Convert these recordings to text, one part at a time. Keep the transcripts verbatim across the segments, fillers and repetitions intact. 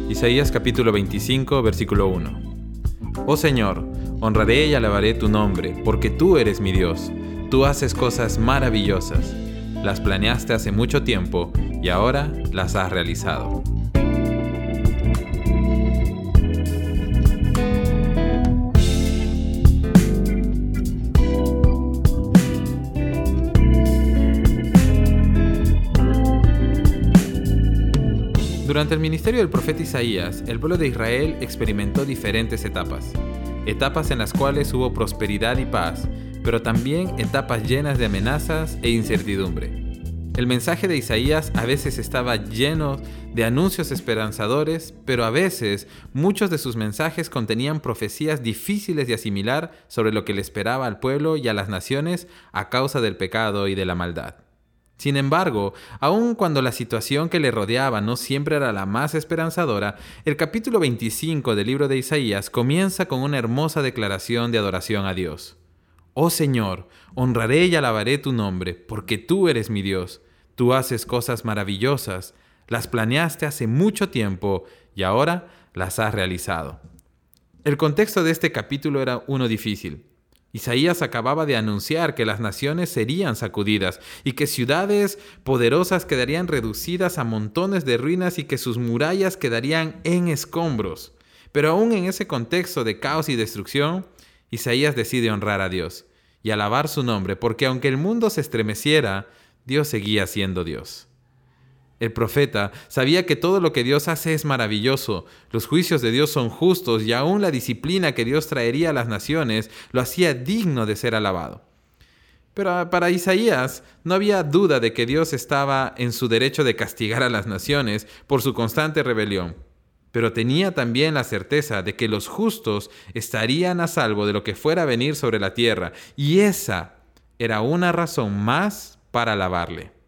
Isaías capítulo veinticinco, versículo uno. Oh Señor, honraré y alabaré tu nombre, porque tú eres mi Dios. Tú haces cosas maravillosas. Las planeaste hace mucho tiempo y ahora las has realizado. Durante el ministerio del profeta Isaías, el pueblo de Israel experimentó diferentes etapas. Etapas en las cuales hubo prosperidad y paz, pero también etapas llenas de amenazas e incertidumbre. El mensaje de Isaías a veces estaba lleno de anuncios esperanzadores, pero a veces muchos de sus mensajes contenían profecías difíciles de asimilar sobre lo que le esperaba al pueblo y a las naciones a causa del pecado y de la maldad. Sin embargo, aun cuando la situación que le rodeaba no siempre era la más esperanzadora, el capítulo veinticinco del libro de Isaías comienza con una hermosa declaración de adoración a Dios. Oh Señor, honraré y alabaré tu nombre, porque tú eres mi Dios. Tú haces cosas maravillosas, las planeaste hace mucho tiempo y ahora las has realizado. El contexto de este capítulo era uno difícil. Isaías acababa de anunciar que las naciones serían sacudidas y que ciudades poderosas quedarían reducidas a montones de ruinas y que sus murallas quedarían en escombros. Pero aún en ese contexto de caos y destrucción, Isaías decide honrar a Dios y alabar su nombre, porque aunque el mundo se estremeciera, Dios seguía siendo Dios. El profeta sabía que todo lo que Dios hace es maravilloso, los juicios de Dios son justos y aún la disciplina que Dios traería a las naciones lo hacía digno de ser alabado. Pero para Isaías no había duda de que Dios estaba en su derecho de castigar a las naciones por su constante rebelión, pero tenía también la certeza de que los justos estarían a salvo de lo que fuera a venir sobre la tierra, y esa era una razón más para alabarle.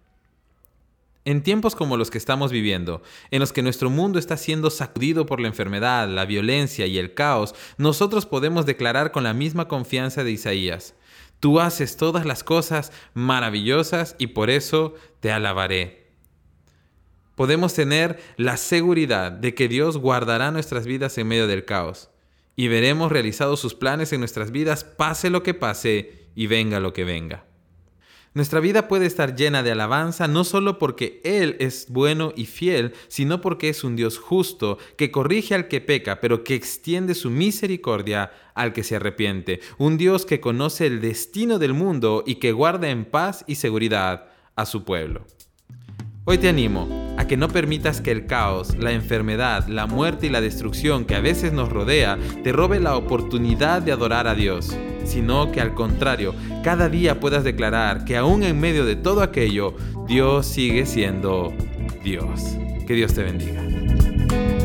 En tiempos como los que estamos viviendo, en los que nuestro mundo está siendo sacudido por la enfermedad, la violencia y el caos, nosotros podemos declarar con la misma confianza de Isaías: tú haces todas las cosas maravillosas y por eso te alabaré. Podemos tener la seguridad de que Dios guardará nuestras vidas en medio del caos y veremos realizados sus planes en nuestras vidas, pase lo que pase y venga lo que venga. Nuestra vida puede estar llena de alabanza no solo porque Él es bueno y fiel, sino porque es un Dios justo que corrige al que peca, pero que extiende su misericordia al que se arrepiente. Un Dios que conoce el destino del mundo y que guarda en paz y seguridad a su pueblo. Hoy te animo a que no permitas que el caos, la enfermedad, la muerte y la destrucción que a veces nos rodea te robe la oportunidad de adorar a Dios, sino que al contrario, cada día puedas declarar que aún en medio de todo aquello, Dios sigue siendo Dios. Que Dios te bendiga.